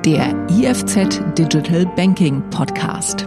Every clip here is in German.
der IFZ Digital Banking Podcast.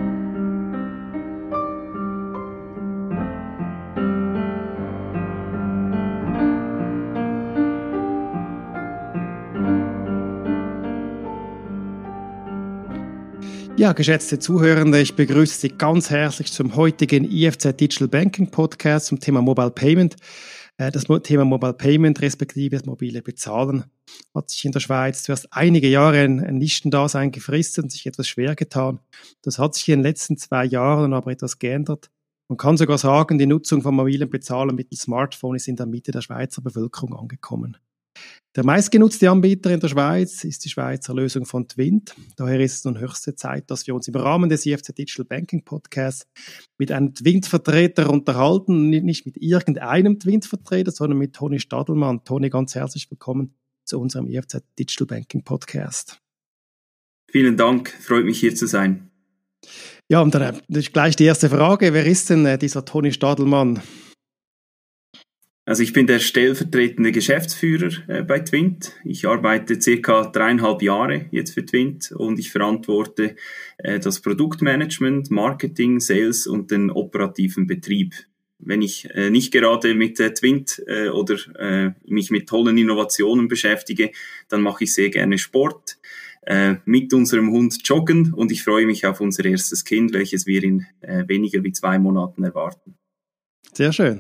Ja, geschätzte Zuhörende, ich begrüße Sie ganz herzlich zum heutigen IFZ Digital Banking Podcast zum Thema Mobile Payment. Das Thema Mobile Payment respektive das mobile Bezahlen hat sich in der Schweiz zuerst einige Jahre ein Nischendasein gefristet und sich etwas schwer getan. Das hat sich in den letzten 2 Jahren aber etwas geändert. Man kann sogar sagen, die Nutzung von mobilen Bezahlen mittels Smartphone ist in der Mitte der Schweizer Bevölkerung angekommen. Der meistgenutzte Anbieter in der Schweiz ist die Schweizer Lösung von Twint. Daher ist es nun höchste Zeit, dass wir uns im Rahmen des IFZ Digital Banking Podcasts mit einem Twint-Vertreter unterhalten. Nicht mit irgendeinem Twint-Vertreter, sondern mit Toni Stadelmann. Toni, ganz herzlich willkommen zu unserem IFZ Digital Banking Podcast. Vielen Dank, freut mich hier zu sein. Ja, und dann ist gleich die erste Frage. Wer ist denn dieser Toni Stadelmann? Also ich bin der stellvertretende Geschäftsführer bei Twint. Ich arbeite circa 3,5 Jahre jetzt für Twint und ich verantworte das Produktmanagement, Marketing, Sales und den operativen Betrieb. Wenn ich nicht gerade mit Twint oder mich mit tollen Innovationen beschäftige, dann mache ich sehr gerne Sport, mit unserem Hund joggen und ich freue mich auf unser erstes Kind, welches wir in weniger wie 2 Monaten erwarten. Sehr schön.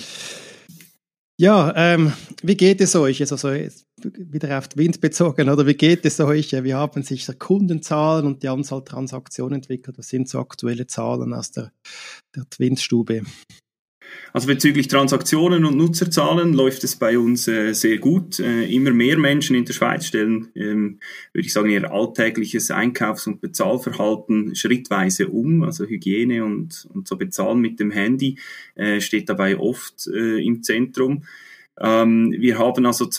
Ja, wie geht es euch? Also jetzt wieder auf Twint bezogen, oder wie geht es euch? Wie haben sich die Kundenzahlen und die Anzahl Transaktionen entwickelt? Was sind so aktuelle Zahlen aus der Twint-Stube? Also bezüglich Transaktionen und Nutzerzahlen läuft es bei uns sehr gut. Immer mehr Menschen in der Schweiz stellen, würde ich sagen, ihr alltägliches Einkaufs- und Bezahlverhalten schrittweise um. Also Hygiene und so Bezahlen mit dem Handy steht dabei oft im Zentrum. Wir haben also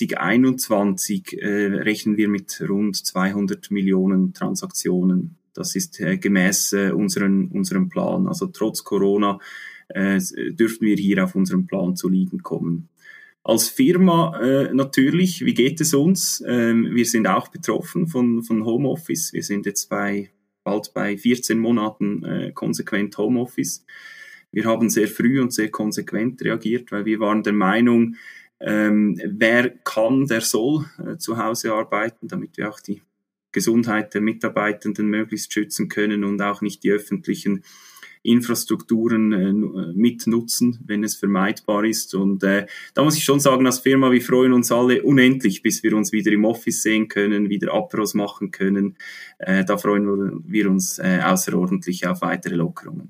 2021 rechnen wir mit rund 200 Millionen Transaktionen. Das ist gemäß unserem Plan. Also trotz Corona dürften wir hier auf unserem Plan zu liegen kommen. Als Firma natürlich, wie geht es uns? Wir sind auch betroffen von Homeoffice. Wir sind jetzt bald bei 14 Monaten konsequent Homeoffice. Wir haben sehr früh und sehr konsequent reagiert, weil wir waren der Meinung, wer kann, der soll zu Hause arbeiten, damit wir auch die Gesundheit der Mitarbeitenden möglichst schützen können und auch nicht die öffentlichen Infrastrukturen mitnutzen, wenn es vermeidbar ist. Und da muss ich schon sagen, als Firma, wir freuen uns alle unendlich, bis wir uns wieder im Office sehen können, wieder Apros machen können. Da freuen wir uns außerordentlich auf weitere Lockerungen.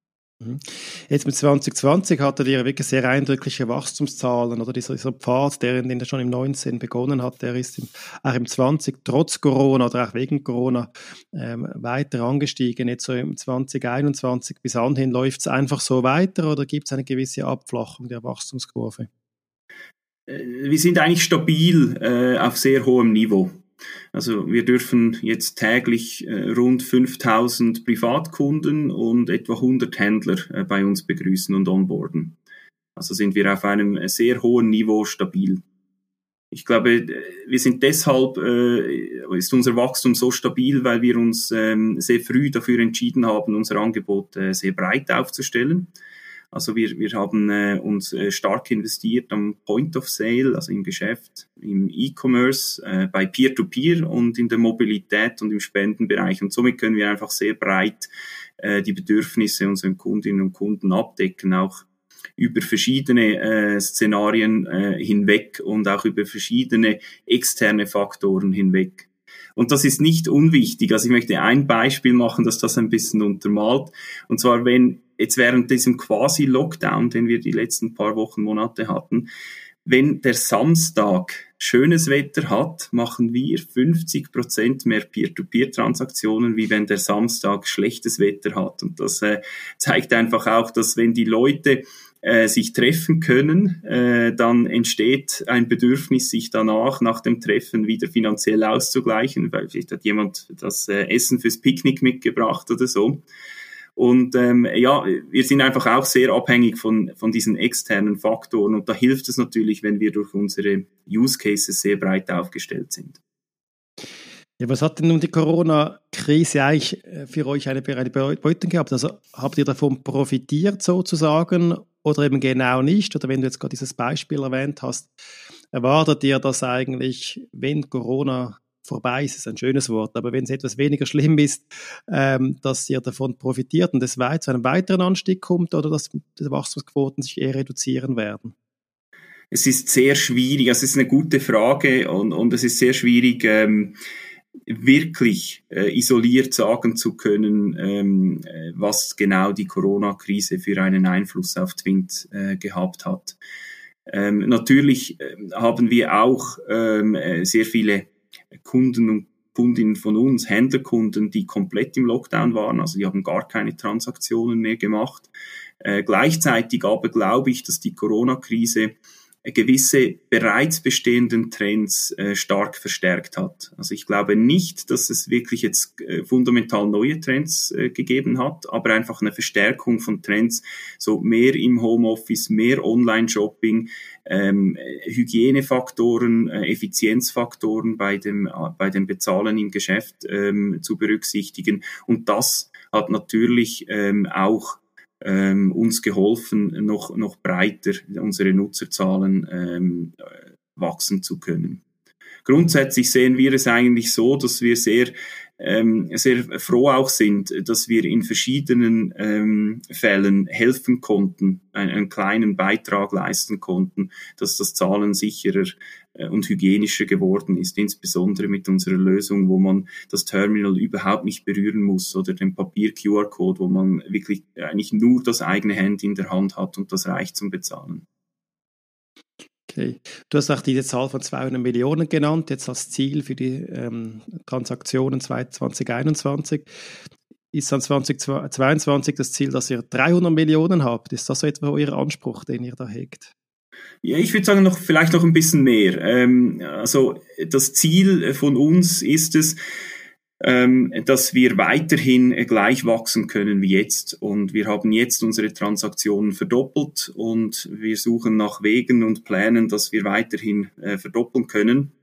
Jetzt mit 2020 hattet ihr wirklich sehr eindrückliche Wachstumszahlen, oder dieser Pfad, der schon im 19 begonnen hat, der ist auch im 20 trotz Corona oder auch wegen Corona weiter angestiegen. Jetzt so im 2021 bis anhin läuft es einfach so weiter oder gibt es eine gewisse Abflachung der Wachstumskurve? Wir sind eigentlich stabil auf sehr hohem Niveau. Also wir dürfen jetzt täglich rund 5.000 Privatkunden und etwa 100 Händler bei uns begrüßen und onboarden. Also sind wir auf einem sehr hohen Niveau stabil. Ich glaube, wir sind deshalb, ist unser Wachstum so stabil, weil wir uns sehr früh dafür entschieden haben, unser Angebot sehr breit aufzustellen. Also wir haben uns stark investiert am Point of Sale, also im Geschäft, im E-Commerce, bei Peer-to-Peer und in der Mobilität und im Spendenbereich. Und somit können wir einfach sehr breit die Bedürfnisse unserer Kundinnen und Kunden abdecken, auch über verschiedene Szenarien hinweg und auch über verschiedene externe Faktoren hinweg. Und das ist nicht unwichtig. Also ich möchte ein Beispiel machen, dass das ein bisschen untermalt. Und zwar, wenn jetzt während diesem Quasi-Lockdown, den wir die letzten paar Wochen, Monate hatten, wenn der Samstag schönes Wetter hat, machen wir 50% mehr Peer-to-Peer-Transaktionen, wie wenn der Samstag schlechtes Wetter hat. Und das zeigt einfach auch, dass wenn die Leute sich treffen können, dann entsteht ein Bedürfnis, sich danach, nach dem Treffen wieder finanziell auszugleichen, weil vielleicht hat jemand das Essen fürs Picknick mitgebracht oder so. Und wir sind einfach auch sehr abhängig von diesen externen Faktoren und da hilft es natürlich, wenn wir durch unsere Use Cases sehr breit aufgestellt sind. Ja, was hat denn nun die Corona-Krise eigentlich für euch eine Bedeutung gehabt? Also habt ihr davon profitiert sozusagen oder eben genau nicht? Oder wenn du jetzt gerade dieses Beispiel erwähnt hast, erwartet ihr, dass eigentlich, wenn Corona vorbei ist ein schönes Wort, aber wenn es etwas weniger schlimm ist, dass ihr davon profitiert und es zu einem weiteren Anstieg kommt oder dass die Wachstumsquoten sich eher reduzieren werden? Es ist sehr schwierig, also es ist eine gute Frage und es ist sehr schwierig, wirklich isoliert sagen zu können, was genau die Corona-Krise für einen Einfluss auf Twint gehabt hat. Natürlich haben wir auch sehr viele Kunden und Kundinnen von uns, Händlerkunden, die komplett im Lockdown waren, also die haben gar keine Transaktionen mehr gemacht. Gleichzeitig aber glaube ich, dass die Corona-Krise gewisse bereits bestehenden Trends stark verstärkt hat. Also ich glaube nicht, dass es wirklich jetzt fundamental neue Trends gegeben hat, aber einfach eine Verstärkung von Trends, so mehr im Homeoffice, mehr Online-Shopping, Hygienefaktoren, Effizienzfaktoren bei dem Bezahlen im Geschäft zu berücksichtigen. Und das hat natürlich auch uns geholfen, noch breiter unsere Nutzerzahlen wachsen zu können. Grundsätzlich sehen wir es eigentlich so, dass wir sehr froh auch sind, dass wir in verschiedenen Fällen helfen konnten, einen kleinen Beitrag leisten konnten, dass das Zahlen sicherer und hygienischer geworden ist, insbesondere mit unserer Lösung, wo man das Terminal überhaupt nicht berühren muss oder den Papier-QR-Code, wo man wirklich eigentlich nur das eigene Handy in der Hand hat und das reicht zum Bezahlen. Okay. Du hast auch diese Zahl von 200 Millionen genannt, jetzt als Ziel für die Transaktionen 2021. Ist dann 2022 das Ziel, dass ihr 300 Millionen habt? Ist das so etwa euer Anspruch, den ihr da hegt? Ja, ich würde sagen, vielleicht noch ein bisschen mehr. Also das Ziel von uns ist es, dass wir weiterhin gleich wachsen können wie jetzt. Und wir haben jetzt unsere Transaktionen verdoppelt und wir suchen nach Wegen und Plänen, dass wir weiterhin verdoppeln können.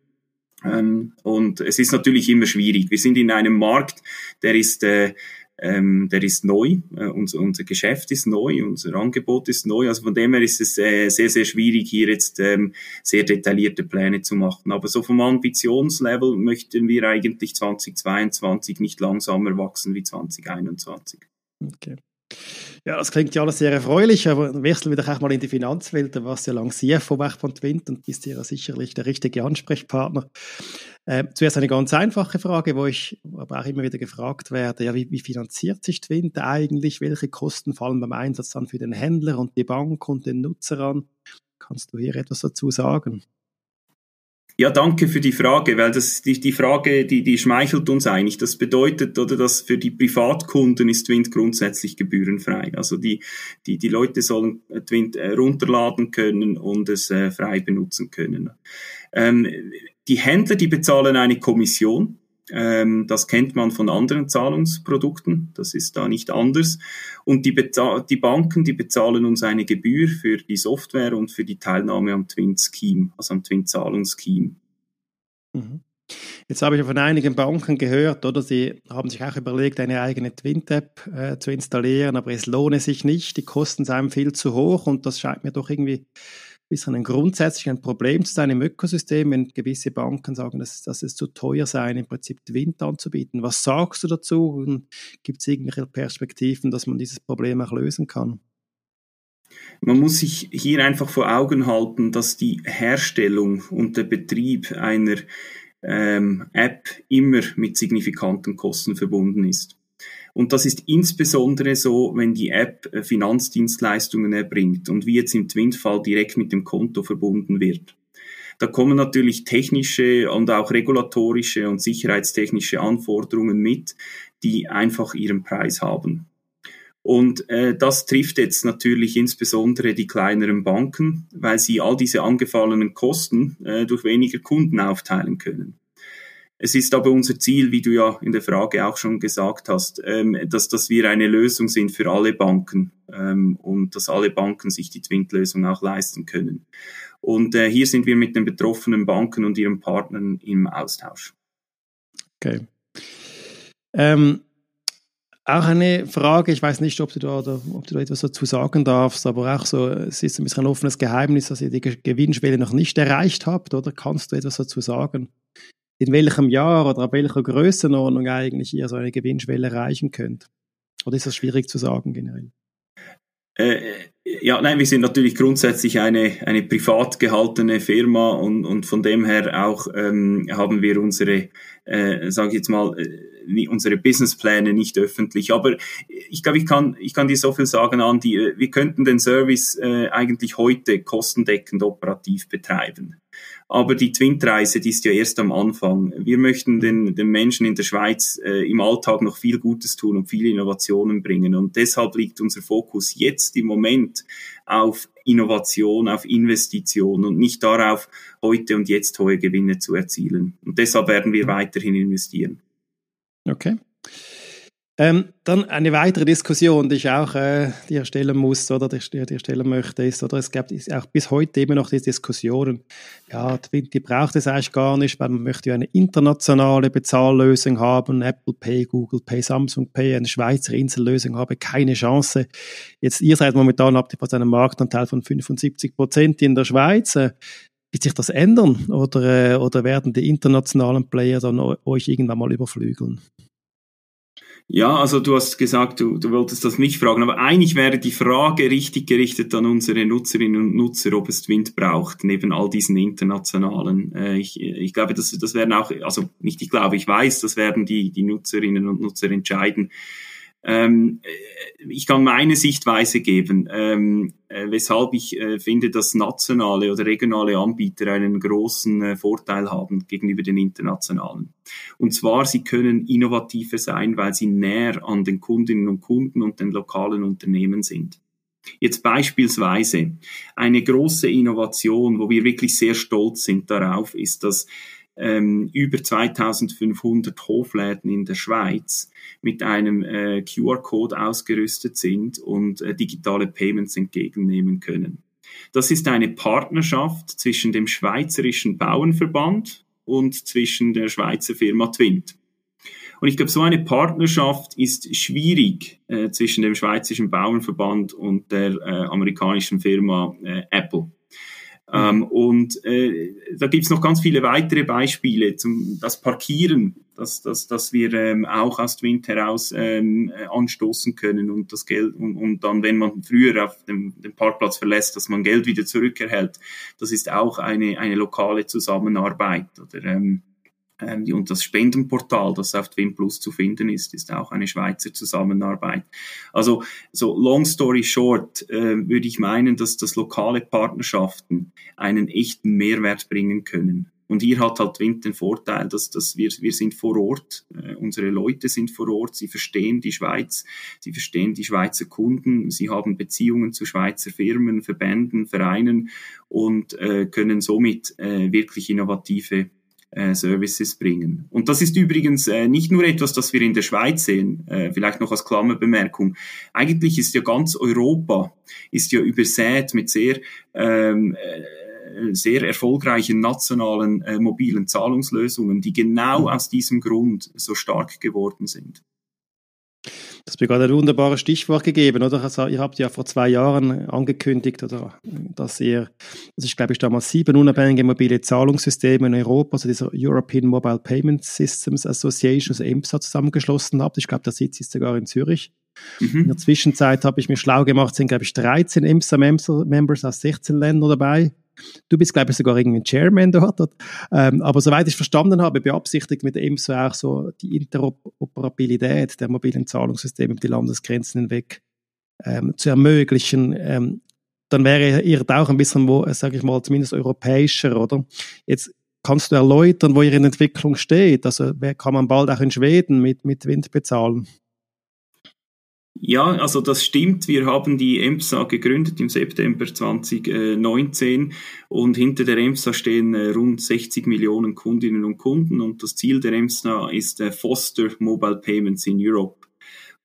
Und es ist natürlich immer schwierig. Wir sind in einem Markt, der ist neu, unser Geschäft ist neu, unser Angebot ist neu, also von dem her ist es sehr, sehr schwierig, hier jetzt sehr detaillierte Pläne zu machen. Aber so vom Ambitionslevel möchten wir eigentlich 2022 nicht langsamer wachsen wie 2021. Okay. Ja, das klingt ja alles sehr erfreulich, aber wechseln wir doch auch mal in die Finanzwelt. Du warst ja lange CFO von Twint und bist ja sicherlich der richtige Ansprechpartner. Zuerst eine ganz einfache Frage, wo ich aber auch immer wieder gefragt werde, ja, wie finanziert sich Twint eigentlich? Welche Kosten fallen beim Einsatz dann für den Händler und die Bank und den Nutzer an? Kannst du hier etwas dazu sagen? Ja, danke für die Frage, weil die Frage, die schmeichelt uns eigentlich. Das bedeutet, oder, dass für die Privatkunden ist Twint grundsätzlich gebührenfrei. Also die Leute sollen Twint runterladen können und es frei benutzen können. Die Händler, die bezahlen eine Kommission. Das kennt man von anderen Zahlungsprodukten, das ist da nicht anders. Und die Banken, die bezahlen uns eine Gebühr für die Software und für die Teilnahme am Twint-Scheme, also am Twint-Zahlungsscheme. Jetzt habe ich von einigen Banken gehört, oder sie haben sich auch überlegt, eine eigene Twint-App zu installieren, aber es lohne sich nicht, die Kosten seien viel zu hoch und das scheint mir doch irgendwie ein grundsätzlich ein Problem zu sein im Ökosystem, wenn gewisse Banken sagen, dass es zu teuer sei, im Prinzip Twint anzubieten. Was sagst du dazu? Und gibt es irgendwelche Perspektiven, dass man dieses Problem auch lösen kann? Man muss sich hier einfach vor Augen halten, dass die Herstellung und der Betrieb einer App immer mit signifikanten Kosten verbunden ist. Und das ist insbesondere so, wenn die App Finanzdienstleistungen erbringt und wie jetzt im Twint-Fall direkt mit dem Konto verbunden wird. Da kommen natürlich technische und auch regulatorische und sicherheitstechnische Anforderungen mit, die einfach ihren Preis haben. Und das trifft jetzt natürlich insbesondere die kleineren Banken, weil sie all diese angefallenen Kosten durch weniger Kunden aufteilen können. Es ist aber unser Ziel, wie du ja in der Frage auch schon gesagt hast, dass wir eine Lösung sind für alle Banken und dass alle Banken sich die Twint-Lösung auch leisten können. Und hier sind wir mit den betroffenen Banken und ihren Partnern im Austausch. Okay. Auch eine Frage, ich weiß nicht, ob du da etwas dazu sagen darfst, aber auch so, es ist ein bisschen ein offenes Geheimnis, dass ihr die Gewinnschwelle noch nicht erreicht habt, oder? Kannst du etwas dazu sagen? In welchem Jahr oder ab welcher Größenordnung eigentlich ihr so eine Gewinnschwelle erreichen könnt? Oder ist das schwierig zu sagen generell? Ja, nein, wir sind natürlich grundsätzlich eine privat gehaltene Firma und von dem her auch haben wir unsere, sage ich jetzt mal, unsere Businesspläne nicht öffentlich. Aber ich glaube, ich kann dir so viel sagen, Andi, wir könnten den Service eigentlich heute kostendeckend operativ betreiben. Aber die Twint-Reise, die ist ja erst am Anfang. Wir möchten den Menschen in der Schweiz im Alltag noch viel Gutes tun und viele Innovationen bringen. Und deshalb liegt unser Fokus jetzt im Moment auf Innovation, auf Investition und nicht darauf, heute und jetzt hohe Gewinne zu erzielen. Und deshalb werden wir weiterhin investieren. Okay. Dann eine weitere Diskussion, die ich auch dir stellen muss oder dir stellen möchte, ist, oder es gibt auch bis heute immer noch diese Diskussionen, ja, Twint, die braucht es eigentlich gar nicht, weil man möchte ja eine internationale Bezahllösung haben, Apple Pay, Google Pay, Samsung Pay, eine Schweizer Insellösung habe keine Chance. Jetzt, ihr seid momentan, habt ihr fast einen Marktanteil von 75% in der Schweiz. Wird sich das ändern oder werden die internationalen Player dann euch irgendwann mal überflügeln? Ja, also du hast gesagt, du wolltest das nicht fragen, aber eigentlich wäre die Frage richtig gerichtet an unsere Nutzerinnen und Nutzer, ob es Twint braucht, neben all diesen internationalen. Ich glaube, das werden auch, also nicht ich glaube, ich weiß, das werden die Nutzerinnen und Nutzer entscheiden. Ich kann meine Sichtweise geben, weshalb ich finde, dass nationale oder regionale Anbieter einen großen Vorteil haben gegenüber den internationalen. Und zwar, sie können innovativer sein, weil sie näher an den Kundinnen und Kunden und den lokalen Unternehmen sind. Jetzt beispielsweise eine große Innovation, wo wir wirklich sehr stolz sind darauf, ist, dass über 2500 Hofläden in der Schweiz mit einem QR-Code ausgerüstet sind und digitale Payments entgegennehmen können. Das ist eine Partnerschaft zwischen dem Schweizerischen Bauernverband und zwischen der Schweizer Firma Twint. Und ich glaube, so eine Partnerschaft ist schwierig zwischen dem Schweizerischen Bauernverband und der amerikanischen Firma Apple. Da gibt's noch ganz viele weitere Beispiele, das Parkieren, das wir auch aus Twint heraus anstoßen können und das Geld und dann, wenn man früher auf den Parkplatz verlässt, dass man Geld wieder zurückerhält. Das ist auch eine lokale Zusammenarbeit oder und das Spendenportal, das auf Twint Plus zu finden ist auch eine Schweizer Zusammenarbeit. Also, so long story short, würde ich meinen, dass lokale Partnerschaften einen echten Mehrwert bringen können. Und hier hat halt Twint den Vorteil, dass wir sind vor Ort, unsere Leute sind vor Ort, sie verstehen die Schweiz, sie verstehen die Schweizer Kunden, sie haben Beziehungen zu Schweizer Firmen, Verbänden, Vereinen und können somit wirklich innovative Services bringen. Und das ist übrigens nicht nur etwas, das wir in der Schweiz sehen, vielleicht noch als Klammerbemerkung. Eigentlich ist ja ganz Europa ist ja übersät mit sehr erfolgreichen nationalen mobilen Zahlungslösungen, die genau aus diesem Grund so stark geworden sind. Das hast mir gerade ein wunderbares Stichwort gegeben, oder? Also, ihr habt ja vor 2 Jahren angekündigt, oder, dass ich glaube, damals 7 unabhängige mobile Zahlungssysteme in Europa, also dieser European Mobile Payment Systems Association, also EMSA, zusammengeschlossen habt. Ich glaube, der Sitz ist sogar in Zürich. In der Zwischenzeit habe ich mir schlau gemacht, sind, glaube ich, 13 EMSA-Members aus 16 Ländern dabei. Du bist, glaube ich, sogar irgendwie Chairman dort. Aber soweit ich verstanden habe, beabsichtigt mit EMSA auch so die Interoperabilität der mobilen Zahlungssysteme über die Landesgrenzen hinweg zu ermöglichen. Dann wäre ihr auch ein bisschen, sage ich mal, zumindest europäischer, oder? Jetzt kannst du erläutern, wo ihr in Entwicklung steht. Also kann man bald auch in Schweden mit Twint bezahlen? Ja, also das stimmt. Wir haben die EMSA gegründet im September 2019 und hinter der EMSA stehen rund 60 Millionen Kundinnen und Kunden und das Ziel der EMSA ist Foster Mobile Payments in Europe.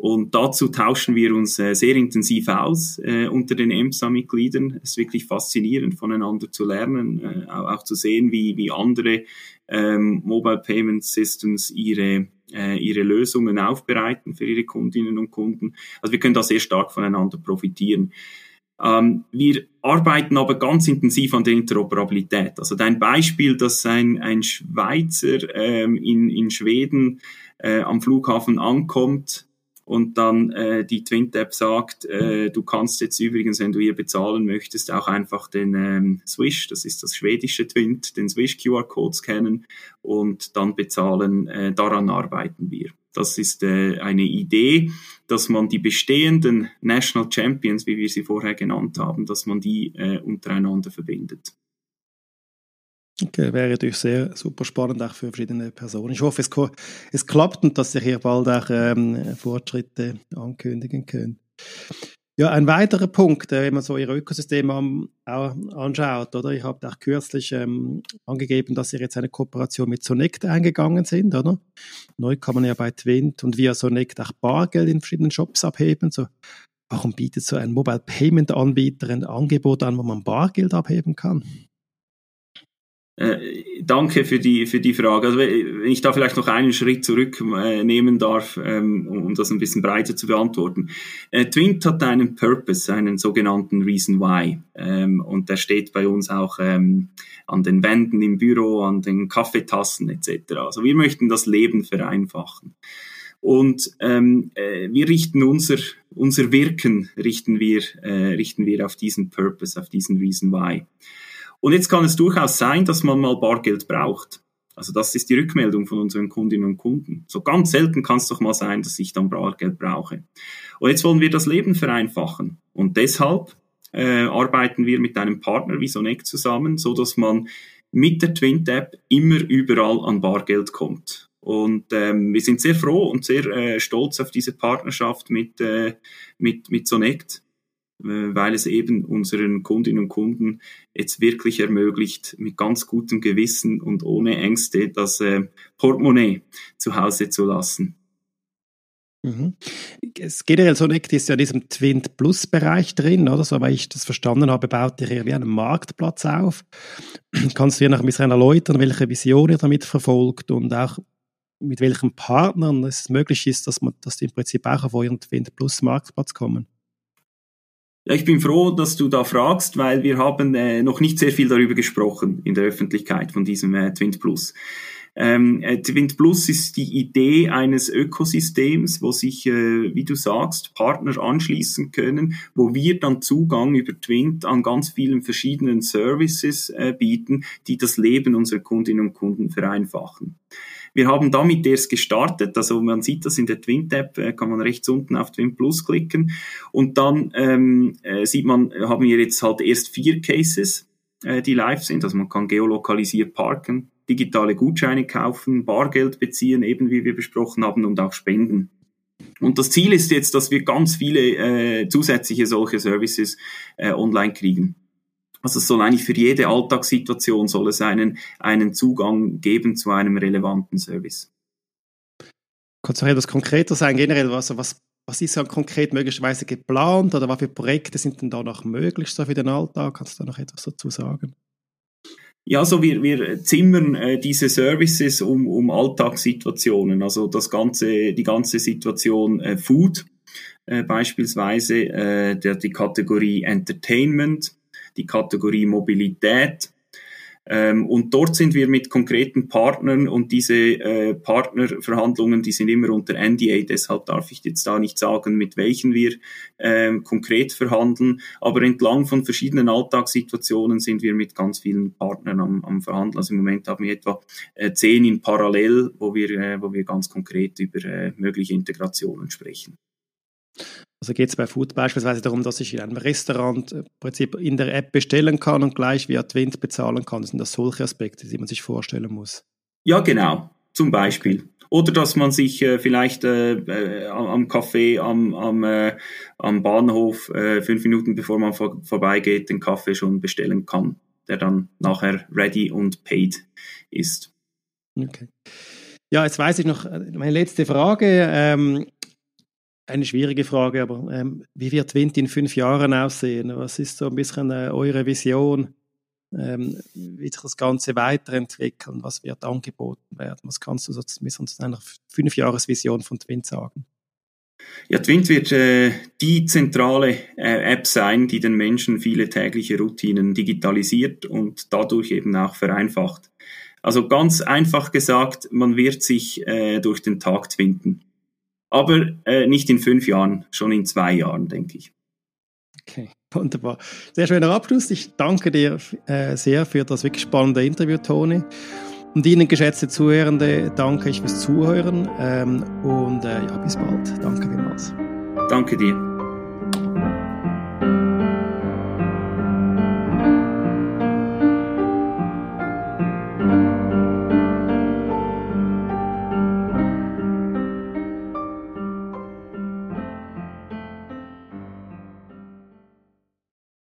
Und dazu tauschen wir uns sehr intensiv aus unter den EMSA-Mitgliedern. Es ist wirklich faszinierend, voneinander zu lernen, auch zu sehen, wie andere Mobile Payment Systems ihre Lösungen aufbereiten für ihre Kundinnen und Kunden. Also wir können da sehr stark voneinander profitieren. Wir arbeiten aber ganz intensiv an der Interoperabilität. Also dein Beispiel, dass ein Schweizer in Schweden am Flughafen ankommt und dann die Twint-App sagt, du kannst jetzt übrigens, wenn du hier bezahlen möchtest, auch einfach den Swish, das ist das schwedische Twint, den Swish-QR-Code scannen und dann bezahlen. Daran arbeiten wir. Das ist eine Idee, dass man die bestehenden National Champions, wie wir sie vorher genannt haben, dass man die untereinander verbindet. Okay, wäre natürlich sehr super spannend auch für verschiedene Personen. Ich hoffe, es klappt und dass sich hier bald auch Fortschritte ankündigen können. Ja, ein weiterer Punkt, wenn man so Ihr Ökosystem auch anschaut, oder? Ihr habt auch kürzlich angegeben, dass ihr jetzt eine Kooperation mit Sonect eingegangen sind, oder? Neu kann man ja bei Twint und via Sonect auch Bargeld in verschiedenen Shops abheben. So, warum bietet so ein Mobile Payment Anbieter ein Angebot an, wo man Bargeld abheben kann? Danke für die Frage. Also wenn ich da vielleicht noch einen Schritt zurück nehmen darf, um das ein bisschen breiter zu beantworten. Twint hat einen Purpose, einen sogenannten Reason Why. Und der steht bei uns auch an den Wänden im Büro, an den Kaffeetassen etc. Also wir möchten das Leben vereinfachen. Und wir richten unser Wirken richten wir auf diesen Purpose, auf diesen Reason Why. Und jetzt kann es durchaus sein, dass man mal Bargeld braucht. Also das ist die Rückmeldung von unseren Kundinnen und Kunden. So ganz selten kann es doch mal sein, dass ich dann Bargeld brauche. Und jetzt wollen wir das Leben vereinfachen. Und deshalb arbeiten wir mit einem Partner wie Sonect zusammen, so dass man mit der Twint-App immer überall an Bargeld kommt. Und wir sind sehr froh und sehr stolz auf diese Partnerschaft mit Sonect, weil es eben unseren Kundinnen und Kunden jetzt wirklich ermöglicht, mit ganz gutem Gewissen und ohne Ängste das Portemonnaie zu Hause zu lassen. Mhm. Generell Sonect ist ja in diesem Twint Plus Bereich drin, oder? So, weil ich das verstanden habe, baut ihr hier wie einen Marktplatz auf. Kannst du hier noch ein bisschen erläutern, welche Vision ihr damit verfolgt und auch mit welchen Partnern es möglich ist, dass die im Prinzip auch auf euren Twint Plus Marktplatz kommen? Ja, ich bin froh, dass du da fragst, weil wir haben noch nicht sehr viel darüber gesprochen in der Öffentlichkeit von diesem Twint Plus. Twint Plus ist die Idee eines Ökosystems, wo sich, wie du sagst, Partner anschließen können, wo wir dann Zugang über Twint an ganz vielen verschiedenen Services bieten, die das Leben unserer Kundinnen und Kunden vereinfachen. Wir haben damit erst gestartet, also man sieht das in der Twint-App, kann man rechts unten auf Twint Plus klicken und dann sieht man, haben wir jetzt halt erst 4 Cases, die live sind, also man kann geolokalisiert parken, digitale Gutscheine kaufen, Bargeld beziehen, eben wie wir besprochen haben und auch spenden. Und das Ziel ist jetzt, dass wir ganz viele zusätzliche solche Services online kriegen. Also es soll eigentlich für jede Alltagssituation soll es einen Zugang geben zu einem relevanten Service. Kannst du noch etwas konkreter sein, generell, was ist ja konkret möglicherweise geplant oder was für Projekte sind denn da noch möglich so für den Alltag? Kannst du da noch etwas dazu sagen? Ja, also wir zimmern diese Services um Alltagssituationen, also die ganze Situation Food, beispielsweise die Kategorie Entertainment, die Kategorie Mobilität. Und dort sind wir mit konkreten Partnern und diese Partnerverhandlungen, die sind immer unter NDA, deshalb darf ich jetzt da nicht sagen, mit welchen wir konkret verhandeln, aber entlang von verschiedenen Alltagssituationen sind wir mit ganz vielen Partnern am Verhandeln. Also im Moment haben wir etwa 10 in Parallel, wo wir ganz konkret über mögliche Integrationen sprechen. Also geht es bei Food beispielsweise darum, dass ich in einem Restaurant im Prinzip in der App bestellen kann und gleich via Twint bezahlen kann. Das sind das solche Aspekte, die man sich vorstellen muss. Ja, genau. Zum Beispiel. Oder dass man sich vielleicht am Café, am Bahnhof 5 Minuten bevor man vorbeigeht, den Kaffee schon bestellen kann, der dann nachher ready und paid ist. Okay. Ja, jetzt weiß ich noch, meine letzte Frage. eine schwierige Frage, aber wie wird Wind in 5 Jahren aussehen? Was ist so ein bisschen eure Vision? Wie wird sich das Ganze weiterentwickeln? Was wird angeboten werden? Was kannst du so mit einer 5-Jahres-Vision von Twint sagen? Ja, Twint wird die zentrale App sein, die den Menschen viele tägliche Routinen digitalisiert und dadurch eben auch vereinfacht. Also ganz einfach gesagt, man wird sich durch den Tag twinten. Aber nicht in 5 Jahren, schon in 2 Jahren, denke ich. Okay, wunderbar. Sehr schöner Abschluss. Ich danke dir sehr für das wirklich spannende Interview, Toni. Und Ihnen, geschätzte Zuhörende, danke ich fürs Zuhören. Bis bald. Danke vielmals. Danke dir.